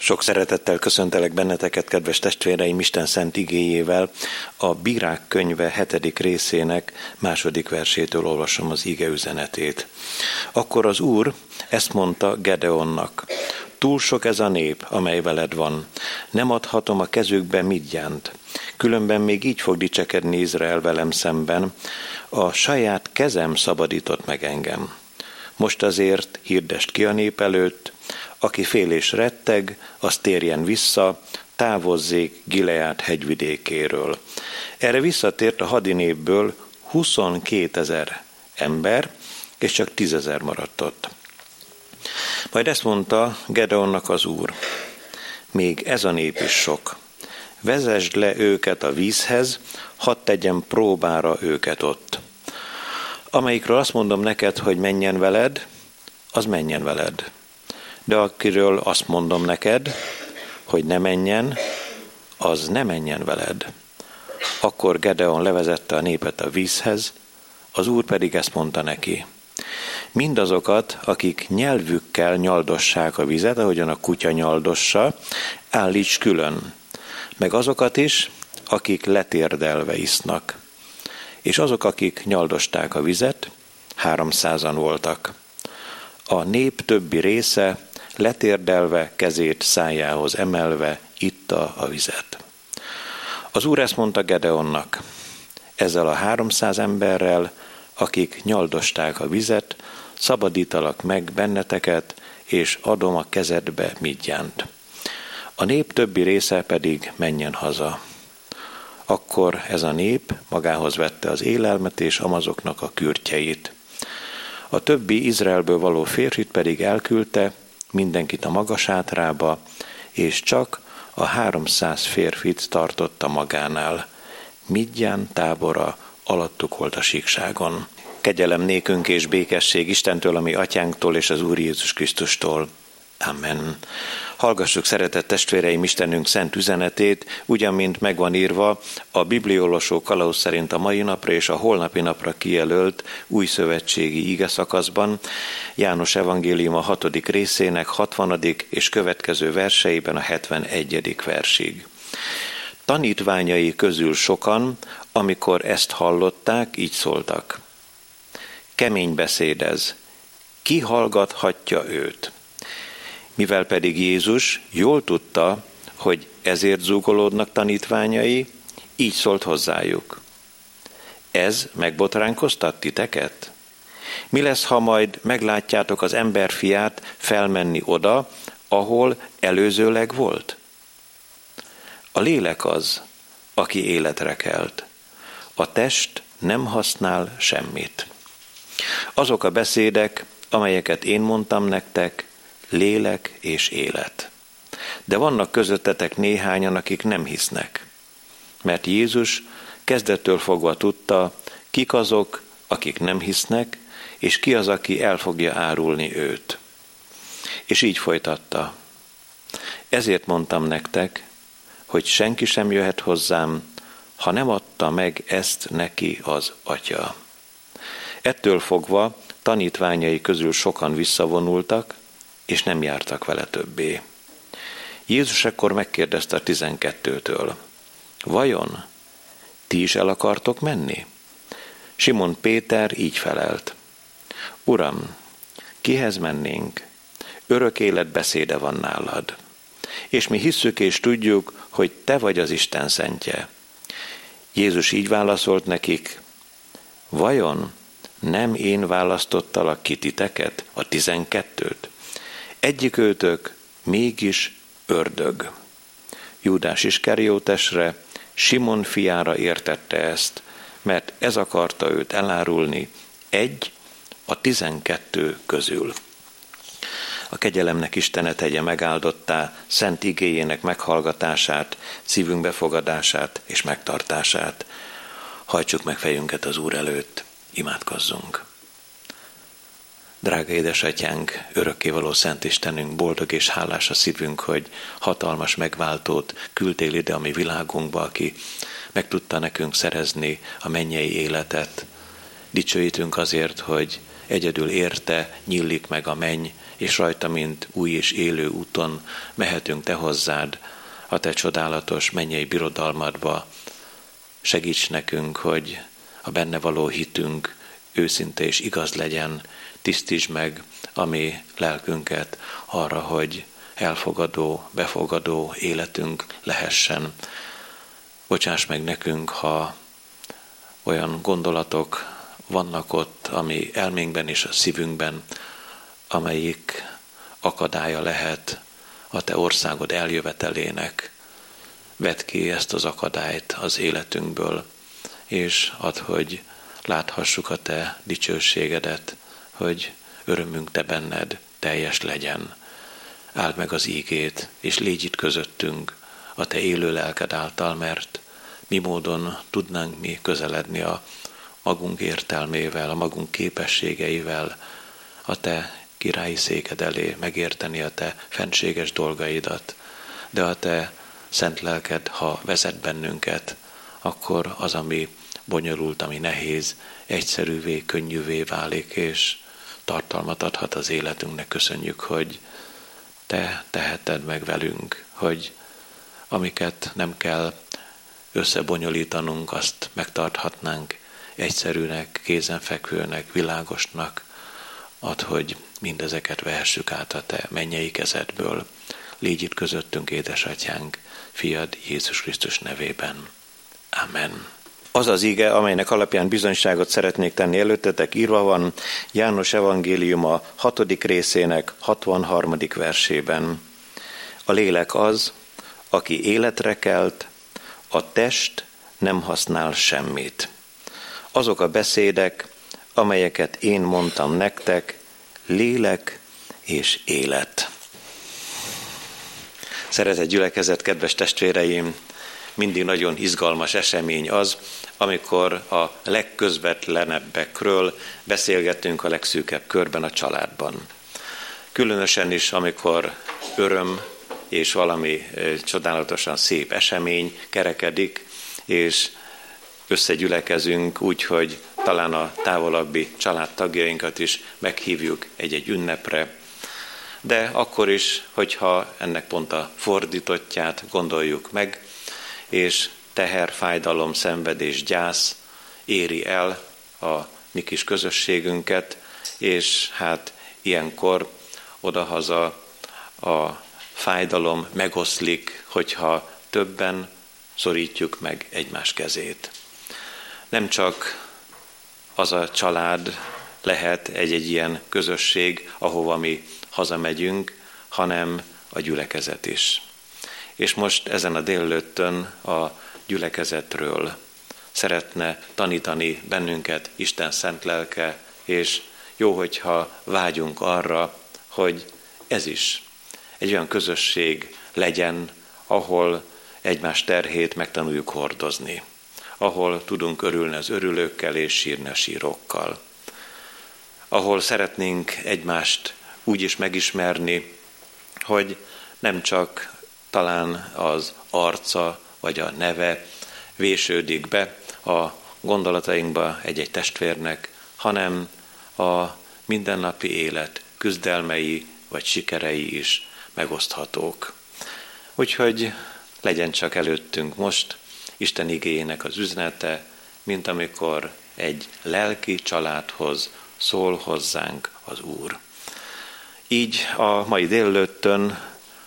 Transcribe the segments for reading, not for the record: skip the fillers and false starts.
Sok szeretettel köszöntelek benneteket, kedves testvéreim, Isten szent igéjével. A Bírák könyve 7. részének 2. versétől olvasom az ige üzenetét. Akkor az Úr ezt mondta Gedeonnak: túl sok ez a nép, amely veled van. Nem adhatom a kezükbe Midjánt. Különben még így fog dicsekedni Izrael velem szemben. A saját kezem szabadított meg engem. Most azért hirdest ki a nép előtt, aki fél és retteg, az térjen vissza, távozzék Gileád hegyvidékéről. Erre visszatért a hadinépből 22 000 ember, és csak 10 000 maradt ott. Majd ezt mondta Gedeonnak az Úr: még ez a nép is sok. Vezesd le őket a vízhez, hadd tegyen próbára őket ott. Amelyikről azt mondom neked, hogy menjen veled, az menjen veled. De akiről azt mondom neked, hogy ne menjen, az ne menjen veled. Akkor Gedeon levezette a népet a vízhez, az Úr pedig ezt mondta neki: mindazokat, akik nyelvükkel nyaldossák a vizet, ahogyan a kutya nyaldossa, állíts külön, meg azokat is, akik letérdelve isznak. És azok, akik nyaldosták a vizet, 300-an voltak. A nép többi része letérdelve, kezét szájához emelve itta a vizet. Az Úr ezt mondta Gedeonnak: ezzel a 300 emberrel, akik nyaldosták a vizet, szabadítalak meg benneteket, és adom a kezedbe Midjánt. A nép többi része pedig menjen haza. Akkor ez a nép magához vette az élelmet és amazoknak a kürtjeit. A többi Izraelből való férfit pedig elküldte, mindenkit a maga sátrába, és csak a 300 férfit tartotta magánál. Midján tábora alattuk volt a síkságon. Kegyelem nékünk és békesség Istentől, ami atyánktól és az Úr Jézus Krisztustól. Amen. Hallgassuk, szeretett testvéreim, Istenünk szent üzenetét, ugyan mint megvan írva a bibliolvasó kalauz szerint a mai napra és a holnapi napra kijelölt új szövetségi ige szakaszban, János evangélium a 6. részének 60. és következő verseiben a 71. versig. Tanítványai közül sokan, amikor ezt hallották, így szóltak: kemény beszéd ez, ki hallgathatja őt? Mivel pedig Jézus jól tudta, hogy ezért zúgolódnak tanítványai, így szólt hozzájuk: ez megbotránkoztat titeket? Mi lesz, ha majd meglátjátok az emberfiát felmenni oda, ahol előzőleg volt? A lélek az, aki életre kelt. A test nem használ semmit. Azok a beszédek, amelyeket én mondtam nektek, lélek és élet. De vannak közöttetek néhányan, akik nem hisznek. Mert Jézus kezdettől fogva tudta, kik azok, akik nem hisznek, és ki az, aki el fogja árulni őt. És így folytatta: ezért mondtam nektek, hogy senki sem jöhet hozzám, ha nem adta meg ezt neki az Atya. Ettől fogva tanítványai közül sokan visszavonultak, és nem jártak vele többé. Jézus ekkor megkérdezte a 12-től: vajon ti is el akartok menni? Simon Péter így felelt: Uram, kihez mennénk? Örök élet beszéde van nálad. És mi hisszük és tudjuk, hogy te vagy az Isten szentje. Jézus így válaszolt nekik: vajon nem én választottalak ki titeket, a 12-t? Egyikőtök mégis ördög. Júdás Iskariótesre, Simon fiára értette ezt, mert ez akarta őt elárulni, egy a 12 közül. A kegyelemnek Istene tegye megáldottá szent igéjének meghallgatását, szívünk befogadását és megtartását. Hajtsuk meg fejünket az Úr előtt, imádkozzunk. Drága édesatyánk, örökkévaló Szent Istenünk, boldog és hálás a szívünk, hogy hatalmas megváltót küldtél ide a mi világunkba, aki meg tudta nekünk szerezni a mennyei életet. Dicsőítünk azért, hogy egyedül érte nyílik meg a menny, és rajta, mint új és élő úton mehetünk te hozzád, a te csodálatos mennyei birodalmadba. Segíts nekünk, hogy a benne való hitünk őszinte és igaz legyen, tisztítsd meg a mi lelkünket arra, hogy elfogadó, befogadó életünk lehessen. Bocsáss meg nekünk, ha olyan gondolatok vannak ott, ami elménkben és a szívünkben, amelyik akadálya lehet a te országod eljövetelének. Vedd ki ezt az akadályt az életünkből, és add, hogy láthassuk a te dicsőségedet, hogy örömünk te benned teljes legyen. Áld meg az ígét, és légy itt közöttünk a te élő lelked által, mert mi módon tudnánk mi közeledni a magunk értelmével, a magunk képességeivel, a te királyi széked elé megérteni a te fenséges dolgaidat, de a te szent lelked, ha vezet bennünket, akkor az, ami bonyolult, ami nehéz, egyszerűvé, könnyűvé válik, és tartalmat adhat az életünknek. Köszönjük, hogy te teheted meg velünk, hogy amiket nem kell összebonyolítanunk, azt megtarthatnánk egyszerűnek, kézenfekvőnek, világosnak. Add, hogy mindezeket vehessük át a te mennyei kezedből. Légy itt közöttünk, édesatyánk, fiad Jézus Krisztus nevében. Amen. Az az ige, amelynek alapján bizonyságot szeretnék tenni előttetek, írva van János evangéliuma 6. részének 63. versében. A lélek az, aki életre kelt, a test nem használ semmit. Azok a beszédek, amelyeket én mondtam nektek, lélek és élet. Szeretett gyülekezet, kedves testvéreim, mindig nagyon izgalmas esemény az, amikor a legközvetlenebbekről beszélgetünk a legszűkebb körben a családban. Különösen is, amikor öröm és valami csodálatosan szép esemény kerekedik, és összegyülekezünk úgy, hogy talán a távolabbi családtagjainkat is meghívjuk egy-egy ünnepre, de akkor is, hogyha ennek pont a fordítottját gondoljuk meg, és teher, fájdalom, szenvedés, gyász éri el a mi kis közösségünket, és hát ilyenkor odahaza a fájdalom megoszlik, hogyha többen szorítjuk meg egymás kezét. Nem csak az a család lehet egy ilyen közösség, ahova mi hazamegyünk, hanem a gyülekezet is. És most ezen a délelőttön a gyülekezetről szeretne tanítani bennünket Isten szent lelke, és jó, hogyha vágyunk arra, hogy ez is egy olyan közösség legyen, ahol egymás terhét megtanuljuk hordozni, ahol tudunk örülni az örülőkkel és sírni a sírokkal, ahol szeretnénk egymást úgy is megismerni, hogy nem csak talán az arca vagy a neve vésődik be a gondolatainkba egy-egy testvérnek, hanem a mindennapi élet küzdelmei vagy sikerei is megoszthatók. Úgyhogy legyen csak előttünk most Isten igéjének az üzenete, mint amikor egy lelki családhoz szól hozzánk az Úr. Így a mai délelőttön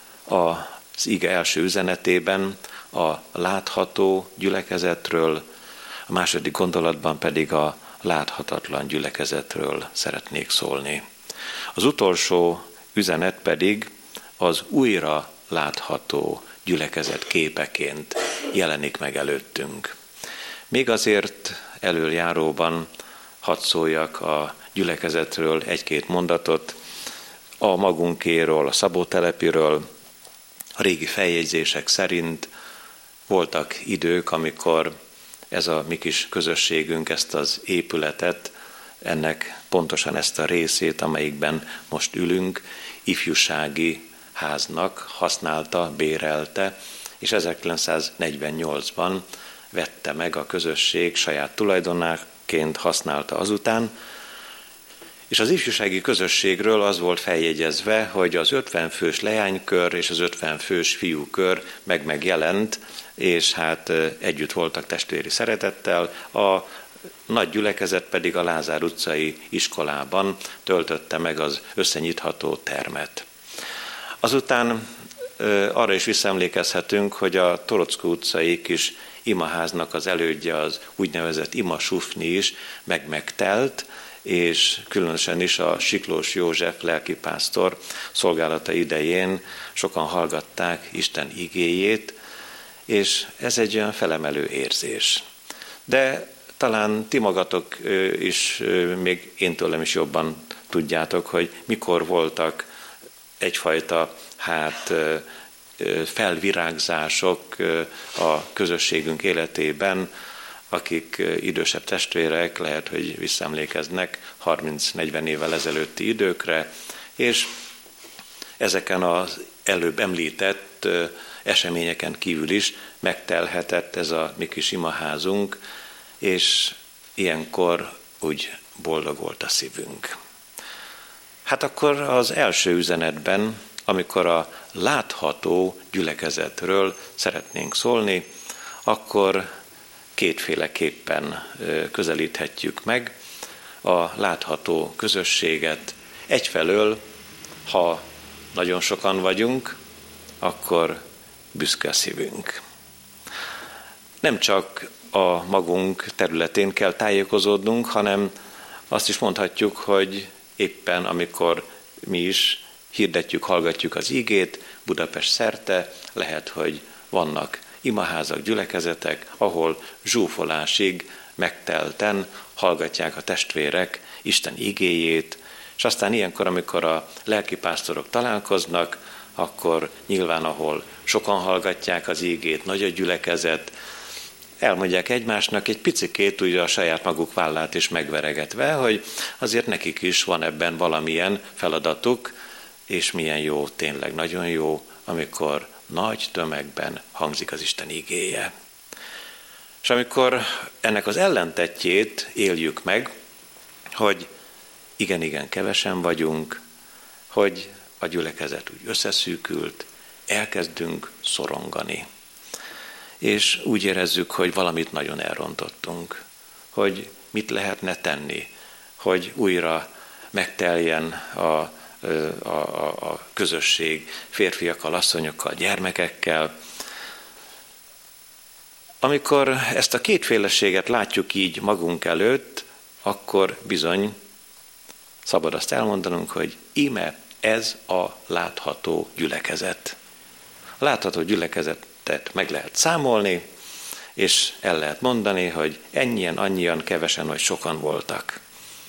az ige első üzenetében a látható gyülekezetről, a második gondolatban pedig a láthatatlan gyülekezetről szeretnék szólni. Az utolsó üzenet pedig az újra látható gyülekezet képeként jelenik meg előttünk. Még azért elöljáróban hadd szóljak a gyülekezetről egy-két mondatot, a magunkéről, a Szabótelepiről. A régi feljegyzések szerint voltak idők, amikor ez a mi kis közösségünk ezt az épületet, ennek pontosan ezt a részét, amelyikben most ülünk, ifjúsági háznak használta, bérelte, és 1948-ban vette meg a közösség saját tulajdonáként, használta azután, És az ifjúsági közösségről az volt feljegyezve, hogy az 50 fős leánykör és az 50 fős fiúkör megjelent, és hát együtt voltak testvéri szeretettel, a nagy gyülekezet pedig a Lázár utcai iskolában töltötte meg az összenyitható termet. Azután arra is visszaemlékezhetünk, hogy a Toroczko utcai kis imaháznak az elődje, az úgynevezett Ima Sufni is megtelt, és különösen is a Siklós József lelkipásztor szolgálata idején sokan hallgatták Isten igéjét, és ez egy olyan felemelő érzés. De talán ti magatok is, még én tőlem is jobban tudjátok, hogy mikor voltak egyfajta felvirágzások a közösségünk életében, akik idősebb testvérek, lehet, hogy visszaemlékeznek 30-40 évvel ezelőtti időkre, és ezeken az előbb említett eseményeken kívül is megtelhetett ez a mi kis imaházunk, és ilyenkor úgy boldog volt a szívünk. Hát akkor az első üzenetben, amikor a látható gyülekezetről szeretnénk szólni, akkor kétféleképpen közelíthetjük meg a látható közösséget. Egyfelől, ha nagyon sokan vagyunk, akkor büszke a szívünk. Nem csak a magunk területén kell tájékozódnunk, hanem azt is mondhatjuk, hogy éppen amikor mi is hirdetjük, hallgatjuk az igét, Budapest szerte, lehet, hogy vannak imaházak, gyülekezetek, ahol zsúfolásig megtelten hallgatják a testvérek Isten igéjét, és aztán ilyenkor, amikor a lelkipásztorok találkoznak, akkor nyilván, ahol sokan hallgatják az igét, nagy a gyülekezet, elmondják egymásnak egy picikét ugye a saját maguk vállát is megveregetve, hogy azért nekik is van ebben valamilyen feladatuk, és milyen jó, tényleg nagyon jó, amikor nagy tömegben hangzik az Isten igéje. És amikor ennek az ellentetjét éljük meg, hogy igen, kevesen vagyunk, hogy a gyülekezet úgy összeszűkült, elkezdünk szorongani. És úgy érezzük, hogy valamit nagyon elrontottunk, hogy mit lehetne tenni, hogy újra megteljen a közösség férfiakkal, asszonyokkal, gyermekekkel. Amikor ezt a kétféleséget látjuk így magunk előtt, akkor bizony szabad azt elmondanunk, hogy íme ez a látható gyülekezet. A látható gyülekezetet meg lehet számolni, és el lehet mondani, hogy ennyien, annyian, kevesen vagy sokan voltak.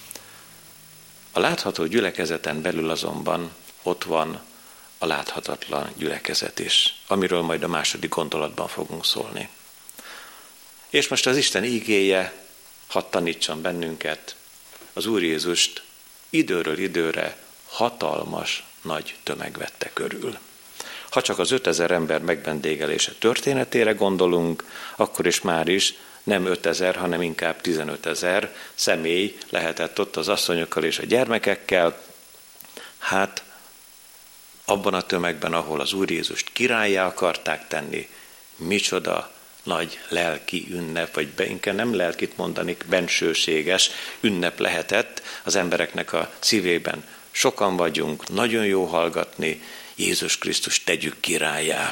A látható gyülekezeten belül azonban ott van a láthatatlan gyülekezet is, amiről majd a második gondolatban fogunk szólni. És most az Isten igéje hadd tanítson bennünket, az Úr Jézust időről időre hatalmas nagy tömeg vette körül. Ha csak az 5000 ember megvendégelése történetére gondolunk, akkor is már is nem 5000, hanem inkább 15 000 személy lehetett ott az asszonyokkal és a gyermekekkel. Hát abban a tömegben, ahol az Úr Jézust királlyá akarták tenni, micsoda nagy lelki ünnep, vagy inkább nem lelkit mondanik, bensőséges ünnep lehetett az embereknek a szívében. Sokan vagyunk, nagyon jó hallgatni, Jézus Krisztus tegyük királlyá.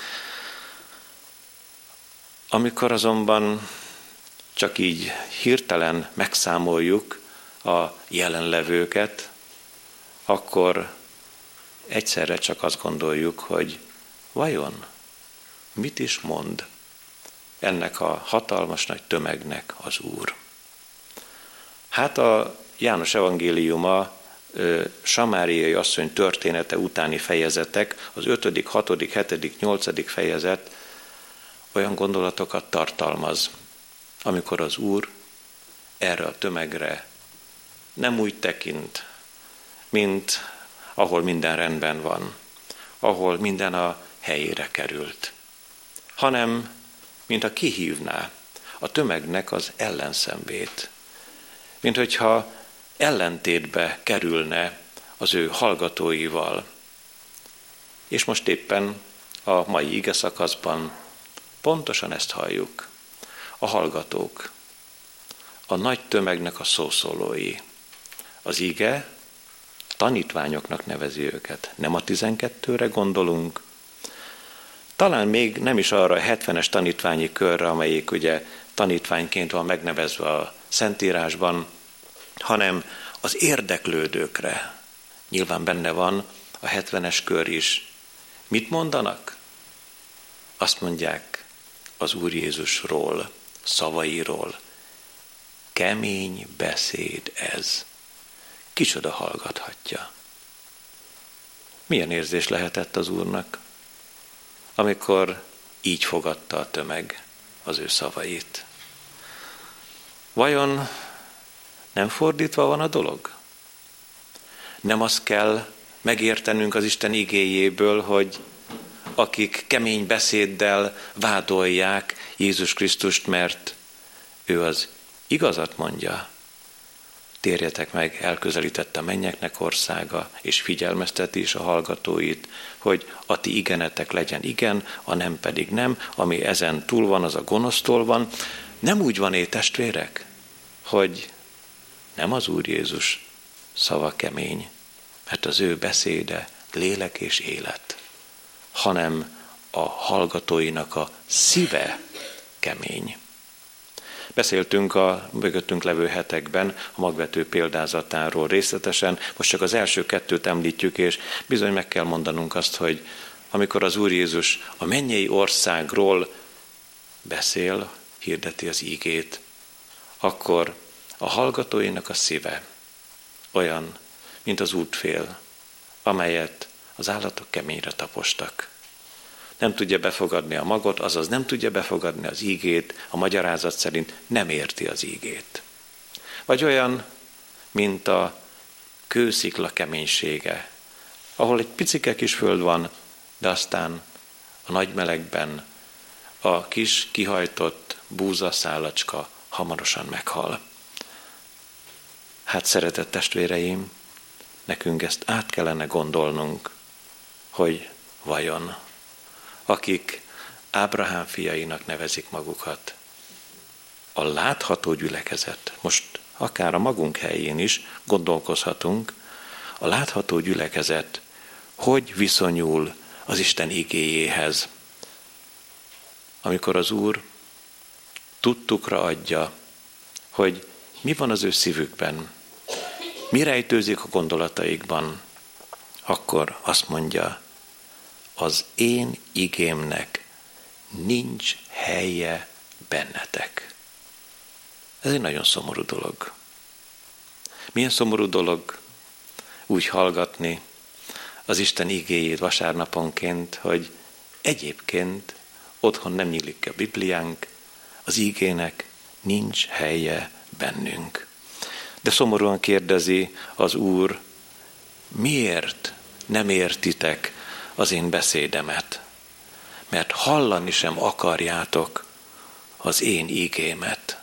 Amikor azonban csak így hirtelen megszámoljuk a jelenlevőket, akkor egyszerre csak azt gondoljuk, hogy vajon mit is mond ennek a hatalmas nagy tömegnek az Úr. Hát a János evangéliuma samáriai asszony története utáni fejezetek, az 5., 6., 7., 8. fejezet olyan gondolatokat tartalmaz, amikor az Úr erre a tömegre nem úgy tekint, mint ahol minden rendben van, ahol minden a helyére került, hanem mint a kihívná a tömegnek az ellenszenvét, mint hogyha ellentétbe kerülne az ő hallgatóival. És most éppen a mai ige szakaszban pontosan ezt halljuk. A hallgatók, a nagy tömegnek a szószólói. Az ige tanítványoknak nevezi őket. Nem a 12-re gondolunk, talán még nem is arra a 70-es tanítványi körre, amelyik ugye tanítványként van megnevezve a Szentírásban, hanem az érdeklődőkre. Nyilván benne van a 70-es kör is. Mit mondanak? Azt mondják az Úr Jézusról, szavairól. Kemény beszéd ez. Kicsoda hallgathatja. Milyen érzés lehetett az Úrnak, amikor így fogadta a tömeg az ő szavait? Vajon nem fordítva van a dolog? Nem azt kell megértenünk az Isten igéjéből, hogy akik kemény beszéddel vádolják Jézus Krisztust, mert ő az igazat mondja. Térjetek meg, elközelített a mennyeknek országa, és figyelmezteti is a hallgatóit, hogy a ti igenetek legyen igen, a nem pedig nem, ami ezen túl van, az a gonosztól van. Nem úgy van, testvérek, hogy nem az Úr Jézus szava kemény, mert az ő beszéde lélek és élet, hanem a hallgatóinak a szíve kemény. Beszéltünk a mögöttünk levő hetekben a magvető példázatáról részletesen, most csak az első 2 említjük, és bizony meg kell mondanunk azt, hogy amikor az Úr Jézus a mennyei országról beszél, hirdeti az ígét, akkor a hallgatóinak a szíve olyan, mint az útfél, amelyet az állatok keményre tapostak. Nem tudja befogadni a magot, azaz nem tudja befogadni az ígét, a magyarázat szerint nem érti az ígét. Vagy olyan, mint a kőszikla keménysége, ahol egy picike kis föld van, de aztán a nagy melegben a kis kihajtott búzaszálacska hamarosan meghal. Hát, szeretett testvéreim, nekünk ezt át kellene gondolnunk, hogy vajon akik Ábrahám fiainak nevezik magukat, a látható gyülekezet, most akár a magunk helyén is gondolkozhatunk, a látható gyülekezet hogy viszonyul az Isten igéjéhez, amikor az Úr tudtukra adja, hogy mi van az ő szívükben, mi rejtőzik a gondolataikban, akkor azt mondja, az én igémnek nincs helye bennetek. Ez egy nagyon szomorú dolog. Milyen szomorú dolog úgy hallgatni az Isten igéjét vasárnaponként, hogy egyébként otthon nem nyílik a Bibliánk, az igének nincs helye bennünk. De szomorúan kérdezi az Úr, miért nem értitek az én beszédemet? Mert hallani sem akarjátok az én igémet.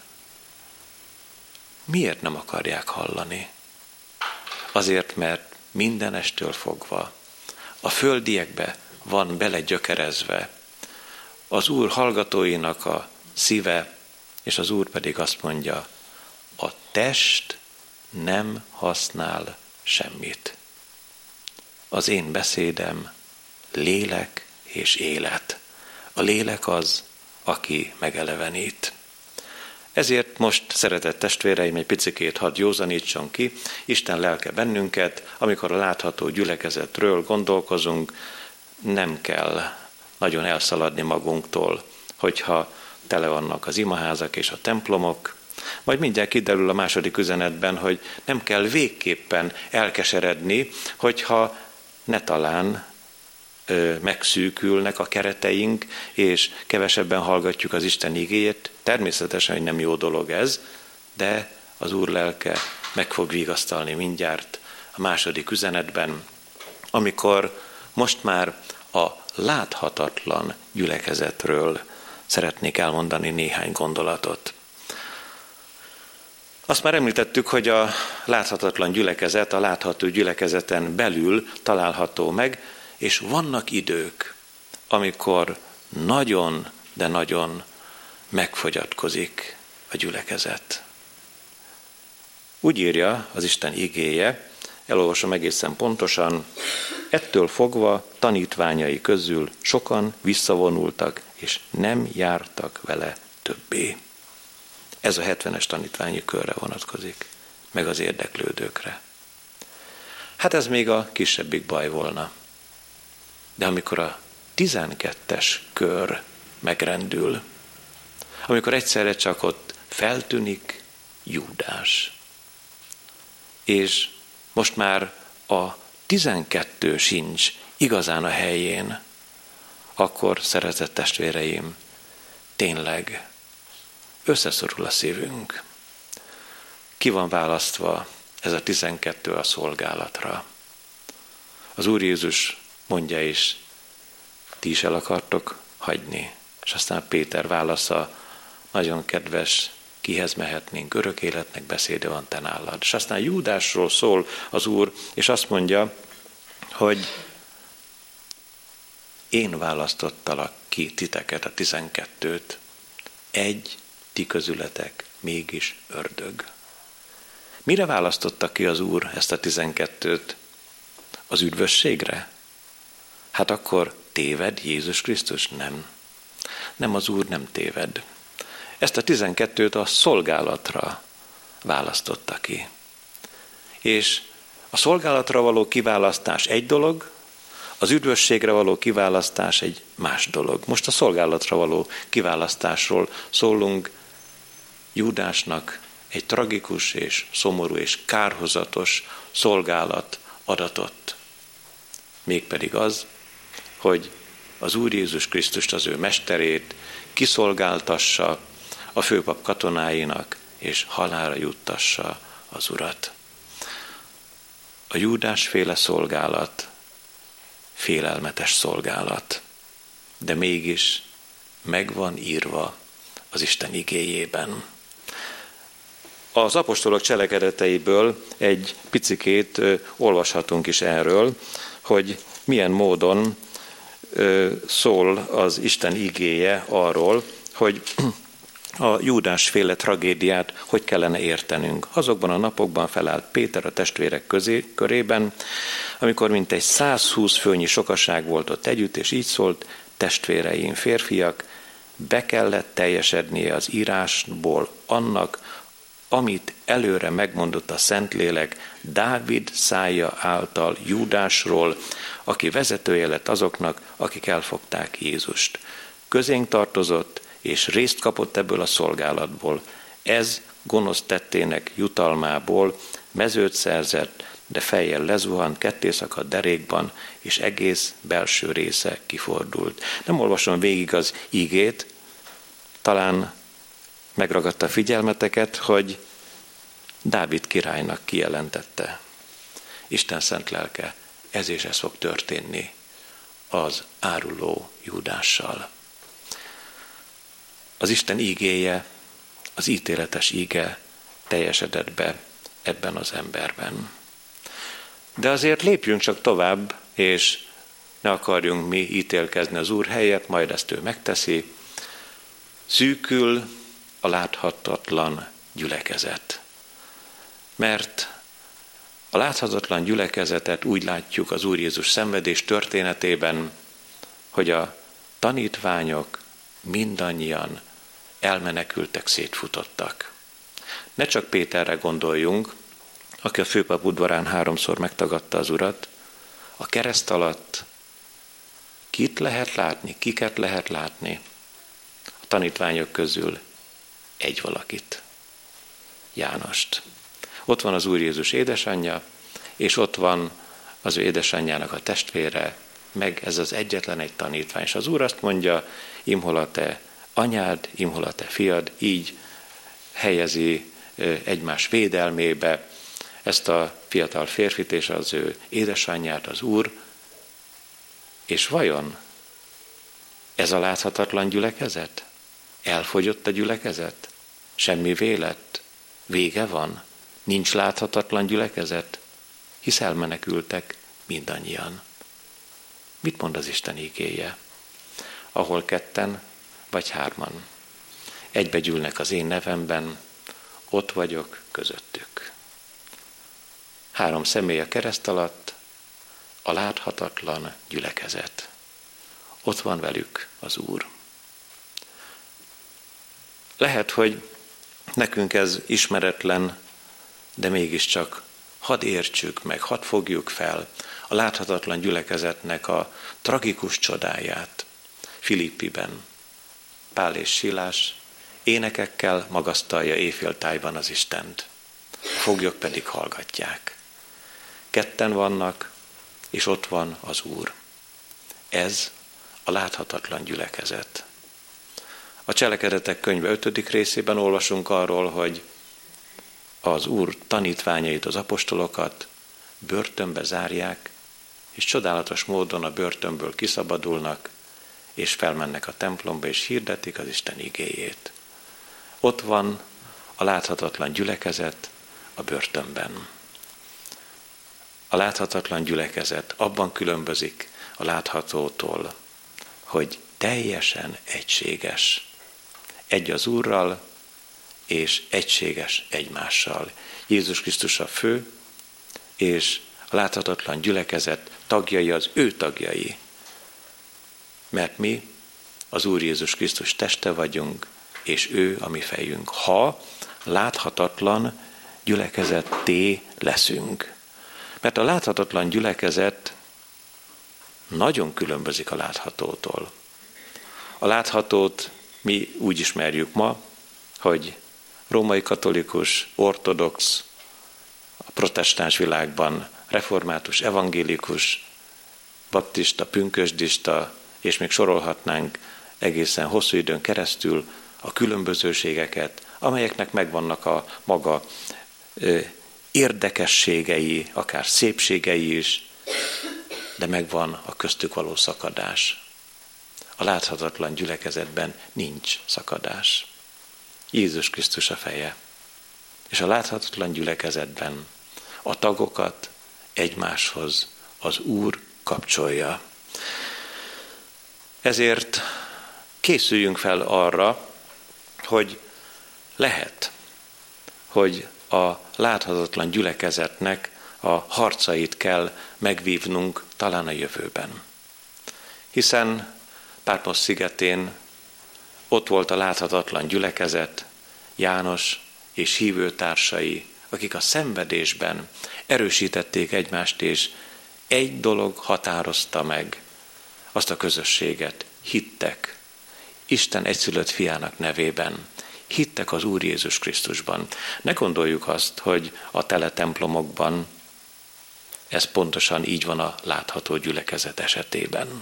Miért nem akarják hallani? Azért, mert mindenestől fogva a földiekbe van belegyökerezve az Úr hallgatóinak a szíve, és az Úr pedig azt mondja, a test nem használ semmit. Az én beszédem lélek és élet. A lélek az, aki megelevenít. Ezért most, szeretett testvéreim, egy picikét hadd józanítson ki, Isten lelke bennünket, amikor a látható gyülekezetről gondolkozunk, nem kell nagyon elszaladni magunktól, hogyha tele vannak az imaházak és a templomok. Majd mindjárt kiderül a második üzenetben, hogy nem kell végképpen elkeseredni, hogyha ne talán megszűkülnek a kereteink, és kevesebben hallgatjuk az Isten igéjét. Természetesen, hogy nem jó dolog ez, de az Úr lelke meg fog vigasztalni mindjárt a második üzenetben, amikor most már a láthatatlan gyülekezetről szeretnék elmondani néhány gondolatot. Azt már említettük, hogy a láthatatlan gyülekezet a látható gyülekezeten belül található meg, és vannak idők, amikor nagyon, de nagyon megfogyatkozik a gyülekezet. Úgy írja az Isten igéje, elolvasom egészen pontosan, ettől fogva tanítványai közül sokan visszavonultak, és nem jártak vele többé. Ez a 70-es tanítványi körre vonatkozik, meg az érdeklődőkre. Hát ez még a kisebbik baj volna. De amikor a 12-es kör megrendül, amikor egyszerre csak ott feltűnik Júdás, és most már a 12 sincs igazán a helyén, akkor, szeretett testvéreim, tényleg összeszorul a szívünk. Ki van választva ez a 12 a szolgálatra? Az Úr Jézus mondja is, ti is el akartok hagyni. És aztán Péter válasza, nagyon kedves, kihez mehetnénk, örök életnek beszéde van te nálad. És aztán Júdásról szól az Úr, és azt mondja, hogy én választottalak ki titeket, a 12-t, egy ti közületek mégis ördög. Mire választotta ki az Úr ezt a 12-t? Az üdvösségre? Hát akkor téved Jézus Krisztus? Nem. Nem, az Úr nem téved. Ezt a 12-t a szolgálatra választotta ki. És a szolgálatra való kiválasztás egy dolog, az üdvösségre való kiválasztás egy más dolog. Most a szolgálatra való kiválasztásról szólunk. Júdásnak egy tragikus és szomorú és kárhozatos szolgálat adatott. Mégpedig az, hogy az Úr Jézus Krisztust, az ő mesterét kiszolgáltassa a főpap katonáinak, és halálra juttassa az Urat. A Júdásféle szolgálat félelmetes szolgálat, de mégis meg van írva az Isten igéjében. Az apostolok cselekedeteiből egy picikét olvashatunk is erről, hogy milyen módon szól az Isten igéje arról, hogy a Júdásféle tragédiát hogy kellene értenünk. Azokban a napokban felállt Péter a testvérek körében, amikor mintegy 120 főnyi sokaság volt ott együtt, és így szólt, testvéreim, férfiak, be kellett teljesednie az írásból annak, amit előre megmondott a Szentlélek Dávid szája által Júdásról, aki vezetője lett azoknak, akik elfogták Jézust. Közénk tartozott, és részt kapott ebből a szolgálatból. Ez gonosz tettének jutalmából mezőt szerzett, de fejjel lezuhant, kettészakadt derékban, és egész belső része kifordult. Nem olvasom végig az ígét, talán megragadta a figyelmeteket, hogy Dávid királynak kijelentette. Isten szent lelke, ez és ez fog történni az áruló Júdással. Az Isten ígéje, az ítéletes íge teljesedett be ebben az emberben. De azért lépjünk csak tovább, és ne akarjunk mi ítélkezni az Úr helyett, majd ezt ő megteszi. Szűkül a láthatatlan gyülekezet. Mert a láthatatlan gyülekezetet úgy látjuk az Úr Jézus szenvedés történetében, hogy a tanítványok mindannyian elmenekültek, szétfutottak. Ne csak Péterre gondoljunk, aki a főpap udvarán 3-szor megtagadta az Urat, a kereszt alatt kit lehet látni, kiket lehet látni? A tanítványok közül egy valakit, Jánost. Ott van az Úr Jézus édesanyja, és ott van az ő édesanyjának a testvére, meg ez az egyetlen egy tanítvány. És az Úr azt mondja, imhol a te anyád, imhol a te fiad, így helyezi egymás védelmébe ezt a fiatal férfit és az ő édesanyját, az Úr. És vajon ez a láthatatlan gyülekezet? Elfogyott a gyülekezet? Semmivé lett? Vége van? Nincs láthatatlan gyülekezet? Hisz elmenekültek mindannyian. Mit mond az Isten igéje? Ahol 2 vagy 3 egybegyűlnek az én nevemben, ott vagyok közöttük. 3 személy a kereszt alatt, a láthatatlan gyülekezet. Ott van velük az Úr. Lehet, hogy nekünk ez ismeretlen, de mégiscsak hadd értsük meg, hadd fogjuk fel a láthatatlan gyülekezetnek a tragikus csodáját. Filippiben Pál és Silás énekekkel magasztalja éjféltájban az Istent. A foglyok pedig hallgatják. 2 vannak, és ott van az Úr. Ez a láthatatlan gyülekezet. A Cselekedetek könyve 5. részében olvasunk arról, hogy az Úr tanítványait, az apostolokat börtönbe zárják, és csodálatos módon a börtönből kiszabadulnak, és felmennek a templomba, és hirdetik az Isten igéjét. Ott van a láthatatlan gyülekezet a börtönben. A láthatatlan gyülekezet abban különbözik a láthatótól, hogy teljesen egységes. Egy az Úrral, és egységes egymással. Jézus Krisztus a fő, és a láthatatlan gyülekezet tagjai az ő tagjai. Mert mi az Úr Jézus Krisztus teste vagyunk, és ő a mi fejünk. Ha láthatatlan gyülekezetté leszünk. Mert a láthatatlan gyülekezet nagyon különbözik a láthatótól. A láthatót mi úgy ismerjük ma, hogy római katolikus, ortodox, a protestáns világban református, evangélikus, baptista, pünkösdista, és még sorolhatnánk egészen hosszú időn keresztül a különbözőségeket, amelyeknek megvannak a maga érdekességei, akár szépségei is, de megvan a köztük való szakadás. A láthatatlan gyülekezetben nincs szakadás. Jézus Krisztus a feje. És a láthatatlan gyülekezetben a tagokat egymáshoz az Úr kapcsolja. Ezért készüljünk fel arra, hogy lehet, hogy a láthatatlan gyülekezetnek a harcait kell megvívnunk talán a jövőben. Hiszen Pátmos szigetén ott volt a láthatatlan gyülekezet, János és hívőtársai, akik a szenvedésben erősítették egymást, és egy dolog határozta meg azt a közösséget. Hittek Isten egyszülött fiának nevében. Hittek az Úr Jézus Krisztusban. Ne gondoljuk azt, hogy a tele templomokban ez pontosan így van a látható gyülekezet esetében.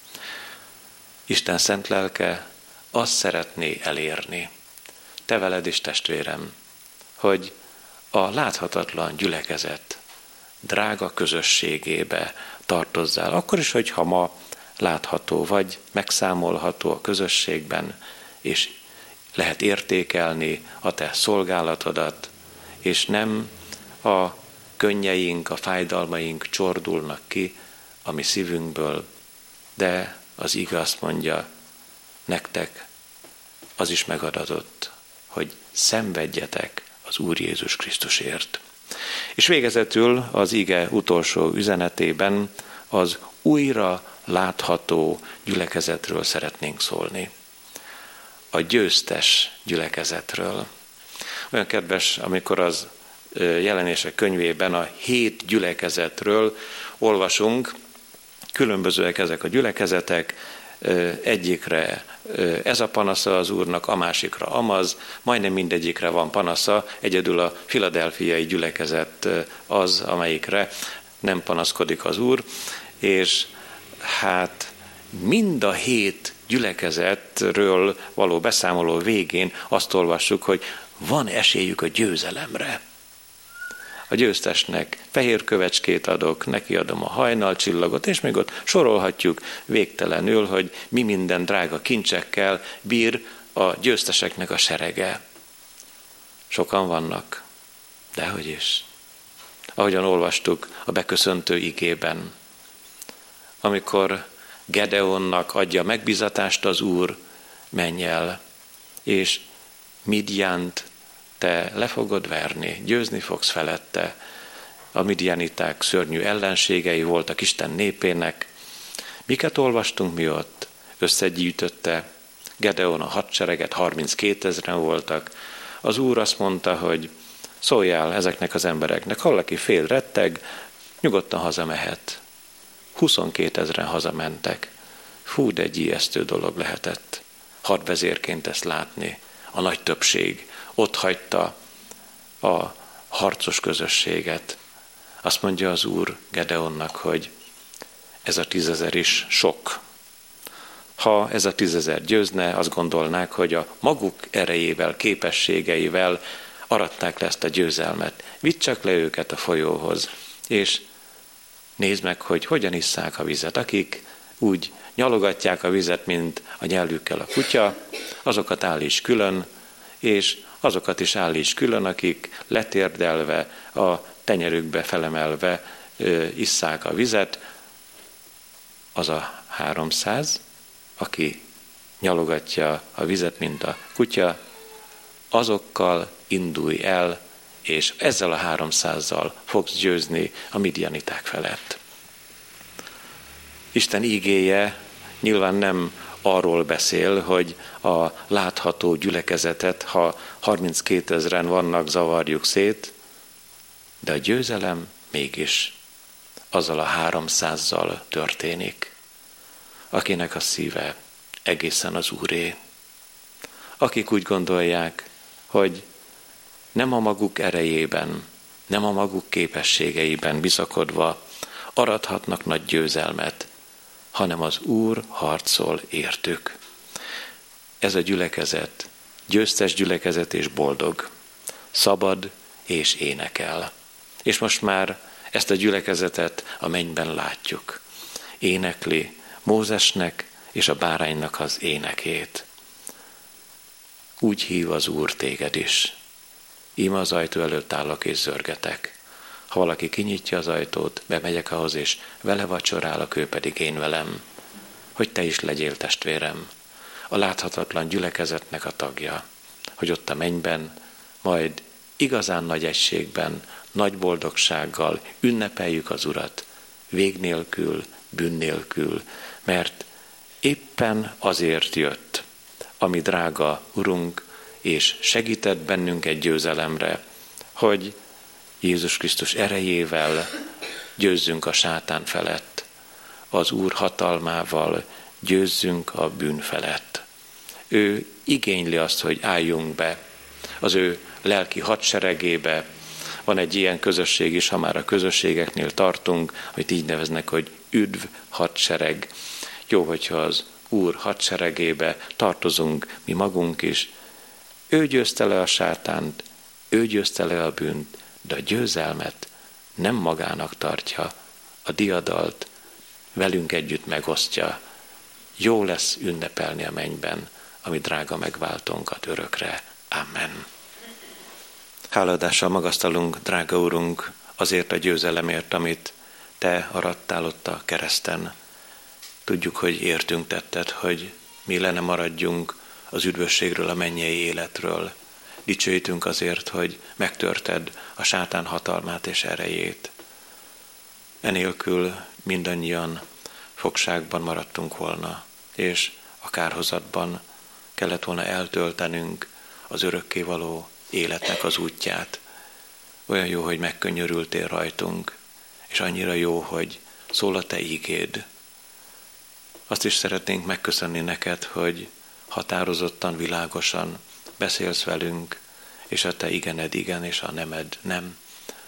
Isten szent lelke azt szeretné elérni, te veled is testvérem, hogy a láthatatlan gyülekezet drága közösségébe tartozzál. Akkor is, hogyha ma látható vagy megszámolható a közösségben, és lehet értékelni a te szolgálatodat, és nem a könnyeink, a fájdalmaink csordulnak ki a mi szívünkből, de az ige azt mondja, nektek az is megadatott, hogy szenvedjetek az Úr Jézus Krisztusért. És végezetül az ige utolsó üzenetében az újra látható gyülekezetről szeretnénk szólni. A győztes gyülekezetről. Olyan kedves, amikor az Jelenések könyvében a 7 gyülekezetről olvasunk, különbözőek ezek a gyülekezetek, egyikre ez a panasza az Úrnak, a másikra amaz, majdnem mindegyikre van panasza, egyedül a filadelfiai gyülekezet az, amelyikre nem panaszkodik az Úr, és hát mind a 7 gyülekezetről való beszámoló végén azt olvassuk, hogy van esélyük a győzelemre. A győztesnek fehér kövecskét adok, neki adom a hajnalcsillagot, és még ott sorolhatjuk végtelenül, hogy mi minden drága kincsekkel bír a győzteseknek a serege. Sokan vannak, dehogy is. Ahogyan olvastuk a beköszöntő igében, amikor Gedeonnak adja megbízatást az Úr, menj el, és Midjánt te le fogod verni, győzni fogsz felette. A midjaniták szörnyű ellenségei voltak Isten népének. Miket olvastunk mi ott? Összegyűjtötte Gedeon a hadsereget, 32 000-en voltak. Az Úr azt mondta, hogy szóljál ezeknek az embereknek, ha valaki fél retteg, nyugodtan hazamehet. 22 000-en hazamentek. Fú, de egy ijesztő dolog lehetett hadvezérként ezt látni. A nagy többség ott hagyta a harcos közösséget. Azt mondja az Úr Gedeonnak, hogy ez a 10 000 is sok. Ha ez a 10 000 győzne, azt gondolnák, hogy a maguk erejével, képességeivel aratták le ezt a győzelmet. Vidd csak le őket a folyóhoz, és nézd meg, hogy hogyan isszák a vizet. Akik úgy nyalogatják a vizet, mint a nyelvükkel a kutya, azokat állíts külön, és azokat is állíts külön, akik letérdelve, a tenyerükbe felemelve isszák a vizet. Az a 300, aki nyalogatja a vizet, mint a kutya, azokkal indulj el, és ezzel a 300-zal fogsz győzni a midjaniták felett. Isten ígéje nyilván nem arról beszél, hogy a látható gyülekezetet, ha 32 000-en vannak, zavarjuk szét, de a győzelem mégis azzal a 300-zal történik, akinek a szíve egészen az Úré. Akik úgy gondolják, hogy nem a maguk erejében, nem a maguk képességeiben bizakodva arathatnak nagy győzelmet, hanem az Úr harcol értük. Ez a gyülekezet, győztes gyülekezet és boldog, szabad és énekel. És most már ezt a gyülekezetet a mennyben látjuk. Énekli Mózesnek és a báránynak az énekét. Úgy hív az Úr téged is. Íme az ajtó előtt állok és zörgetek. Ha valaki kinyitja az ajtót, bemegyek ahhoz, és vele vacsorálok, ő pedig én velem. Hogy te is legyél, testvérem, a láthatatlan gyülekezetnek a tagja, hogy ott a mennyben, majd igazán nagy egységben, nagy boldogsággal ünnepeljük az Urat, vég nélkül, bűn nélkül, mert éppen azért jött, ami drága Urunk, és segített bennünket győzelemre, hogy Jézus Krisztus erejével győzzünk a sátán felett, az Úr hatalmával győzzünk a bűn felett. Ő igényli azt, hogy álljunk be az ő lelki hadseregébe. Van egy ilyen közösség is, ha már a közösségeknél tartunk, hogy így neveznek, hogy üdv hadsereg. Jó, hogyha az Úr hadseregébe tartozunk mi magunk is. Ő győzte le a sátánt, ő győzte le a bűnt, de a győzelmet nem magának tartja, a diadalt velünk együtt megosztja. Jó lesz ünnepelni a mennyben, ami drága megváltónkat örökre. Amen. Háladással magasztalunk, drága Úrunk, azért a győzelemért, amit Te arattál ott a kereszten. Tudjuk, hogy értünk tetted, hogy mi le ne maradjunk az üdvösségről, a mennyei életről. Dicsőítünk azért, hogy megtörted a sátán hatalmát és erejét. Enélkül mindannyian fogságban maradtunk volna, és a kárhozatban kellett volna eltöltenünk az örökkévaló életnek az útját. Olyan jó, hogy megkönnyörültél rajtunk, és annyira jó, hogy szól a Te ígéd. Azt is szeretnénk megköszönni neked, hogy határozottan, világosan beszélsz velünk, és a Te igened igen, és a nemed nem.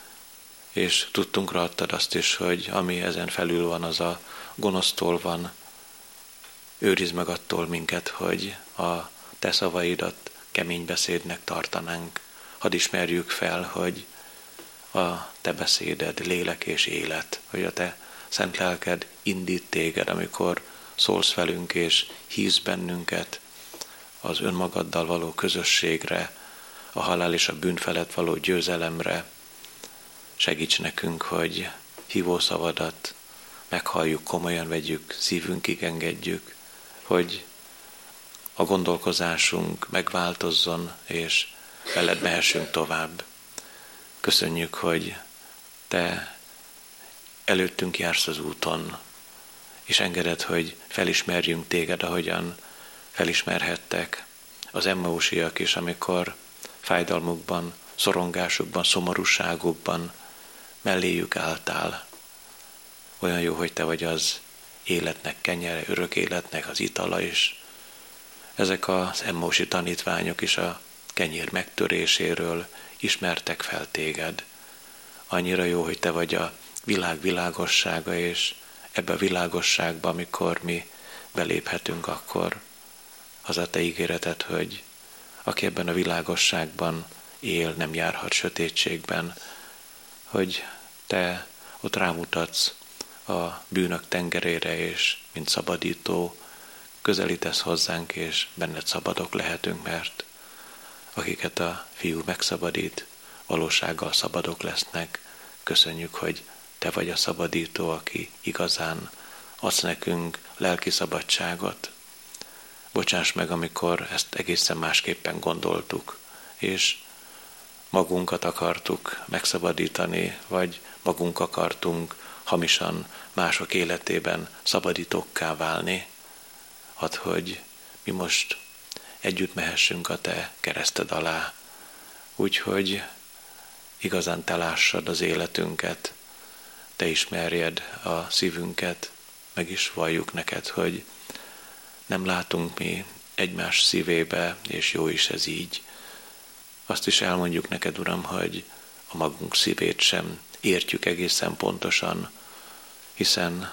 És tudtunkra adtad azt is, hogy ami ezen felül van, az a gonosztól van. Őrizd meg attól minket, hogy a Te szavaidat kemény beszédnek tartanánk. Hadd ismerjük fel, hogy a Te beszéded lélek és élet, hogy a Te szent lelked indít téged, amikor szólsz velünk és hívsz bennünket az önmagaddal való közösségre, a halál és a bűn felett való győzelemre. Segíts nekünk, hogy hívószavadat meghalljuk, komolyan vegyük, szívünkig engedjük, hogy a gondolkozásunk megváltozzon, és veled mehessünk tovább. Köszönjük, hogy te előttünk jársz az úton, és engeded, hogy felismerjünk téged, ahogyan felismerhettek az emmausiak is, amikor fájdalmukban, szorongásukban, szomorúságukban melléjük álltál. Olyan jó, hogy te vagy az életnek kenyere, örök életnek az itala is. Ezek az emmausi tanítványok is a kenyér megtöréséről ismertek fel téged. Annyira jó, hogy te vagy a világ világossága, és ebbe a világosságba, amikor mi beléphetünk, akkor az a te ígéreted, hogy aki ebben a világosságban él, nem járhat sötétségben, hogy te ott rámutatsz a bűnök tengerére, és mint szabadító közelítesz hozzánk, és benned szabadok lehetünk, mert akiket a Fiú megszabadít, valósággal szabadok lesznek. Köszönjük, hogy te vagy a szabadító, aki igazán adsz nekünk lelki szabadságot. Bocsáss meg, amikor ezt egészen másképpen gondoltuk, és magunkat akartuk megszabadítani, vagy magunk akartunk hamisan mások életében szabadítókká válni. Add, hogy mi most együtt mehessünk a te kereszted alá, úgyhogy igazán te lássad az életünket, te ismerjed a szívünket, meg is valljuk neked, hogy nem látunk mi egymás szívébe, és jó is ez így. Azt is elmondjuk neked, Uram, hogy a magunk szívét sem értjük egészen pontosan, hiszen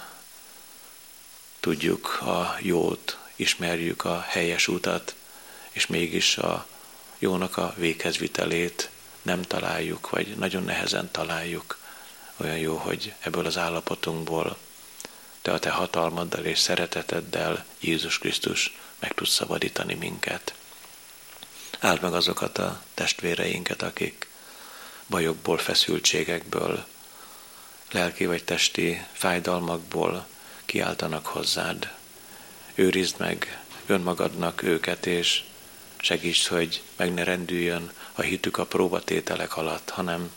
tudjuk a jót, ismerjük a helyes utat, és mégis a jónak a véghezvitelét nem találjuk, vagy nagyon nehezen találjuk. Olyan jó, hogy ebből az állapotunkból te a te hatalmaddal és szereteteddel, Jézus Krisztus, meg tudsz szabadítani minket. Áld meg azokat a testvéreinket, akik bajokból, feszültségekből, lelki vagy testi fájdalmakból kiáltanak hozzád. Őrizd meg önmagadnak őket, és segíts, hogy meg ne rendüljön a hitük a próbatételek alatt, hanem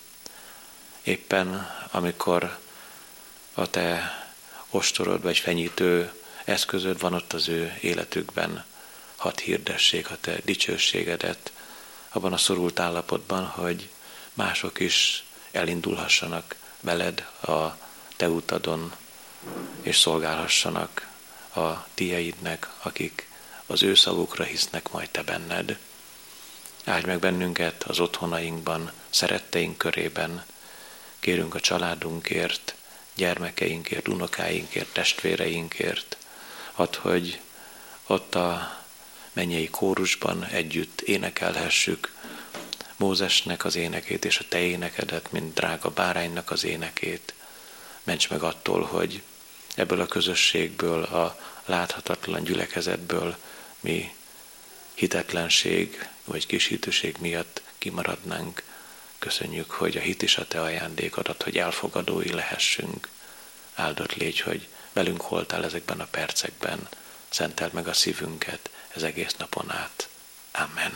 éppen amikor a te ostorod vagy fenyítő eszközöd van ott az ő életükben, hadd hirdessék a te dicsőségedet abban a szorult állapotban, hogy mások is elindulhassanak veled a te utadon, és szolgálhassanak a tieidnek, akik az ő szavukra hisznek majd te benned. Áldj meg bennünket az otthonainkban, szeretteink körében. Kérünk a családunkért, gyermekeinkért, unokáinkért, testvéreinkért. Add, hogy ott a mennyei kórusban együtt énekelhessük Mózesnek az énekét és a te énekedet, mint drága báránynak az énekét. Ments meg attól, hogy ebből a közösségből, a láthatatlan gyülekezetből mi hitetlenség vagy kis hitűség miatt kimaradnánk. Köszönjük, hogy a hit is a te ajándékodat, hogy elfogadói lehessünk. Áldott légy, hogy velünk voltál ezekben a percekben. Szenteld meg a szívünket ez egész napon át. Amen.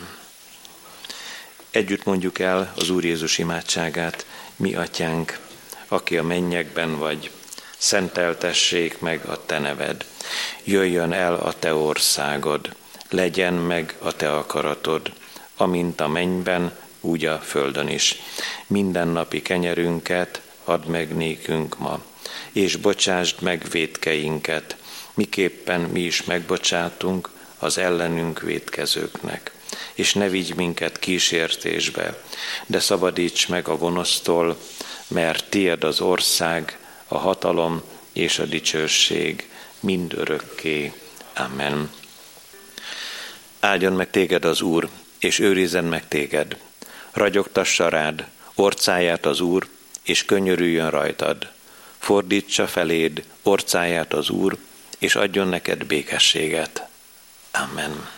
Együtt mondjuk el az Úr Jézus imádságát. Mi atyánk, aki a mennyekben vagy, szenteltessék meg a te neved. Jöjjön el a te országod, legyen meg a te akaratod, amint a mennyben, úgy a földön is. Mindennapi kenyerünket add meg nékünk ma, és bocsásd meg vétkeinket, miképpen mi is megbocsátunk az ellenünk vétkezőknek. És ne vigy minket kísértésbe, de szabadíts meg a gonosztól, mert tied az ország, a hatalom és a dicsőség mind örökké. Amen. Áldjon meg téged az Úr, és őrizzen meg téged. Ragyogtassa rád orcáját az Úr, és könyörüljön rajtad. Fordítsa feléd orcáját az Úr, és adjon neked békességet. Amen.